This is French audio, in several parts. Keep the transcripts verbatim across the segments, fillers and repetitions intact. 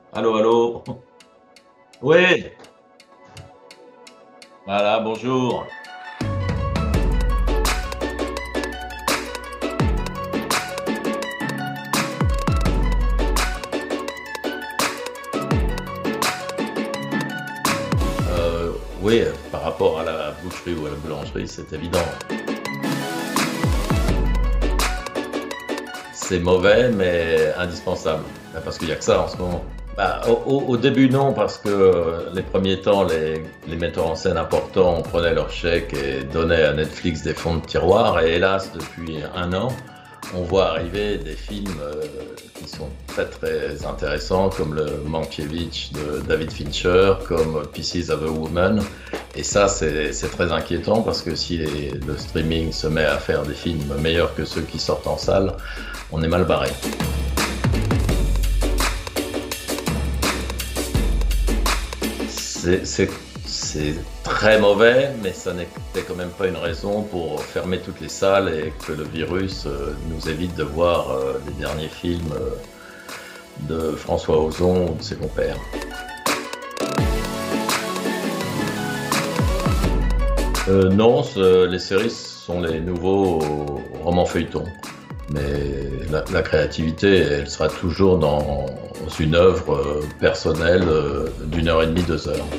Allô, allô? Oui, voilà, bonjour. Euh, oui, par rapport à la boucherie ou à la boulangerie, c'est évident. C'est mauvais, mais indispensable. Ben, parce qu'il n'y a que ça en ce moment. Bah, au, au- au début, non, parce que euh, les premiers temps, les, les metteurs en scène importants prenaient leur chèque et donnaient à Netflix des fonds de tiroir. Et hélas, depuis un an, on voit arriver des films euh, qui sont très très intéressants, comme le Mankiewicz de David Fincher, comme Pieces of a Woman. Et ça, c'est c'est très inquiétant parce que si les- le streaming se met à faire des films meilleurs que ceux qui sortent en salle, on est mal barré. C'est c'est- c'est très mauvais, mais ça n'était quand même pas une raison pour fermer toutes les salles et que le virus euh, nous évite de voir euh, les derniers films euh, de François Ozon ou de ses compères. Euh, non, ce- les séries sont les nouveaux romans feuilletons. Mais la, la créativité, elle sera toujours dans une œuvre euh, personnelle euh, d'une heure et demie, deux heures.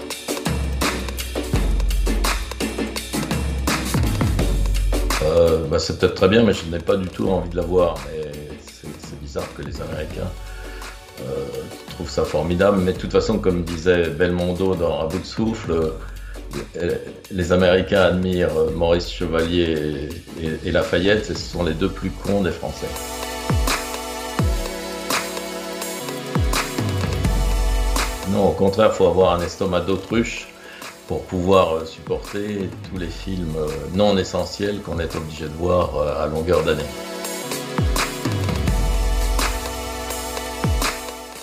Euh, bah, c'est peut-être très bien, mais je n'ai pas du tout envie de la voir. Mais c'est c'est bizarre que les Américains euh, trouvent ça formidable. Mais de toute façon, comme disait Belmondo dans À bout de souffle, euh, les Américains admirent Maurice Chevalier et, et- et Lafayette, et ce sont les deux plus cons des Français. Non, au contraire, il faut avoir un estomac d'autruche pour pouvoir euh, supporter tous les films euh, non essentiels qu'on est obligé de voir euh, à longueur d'année.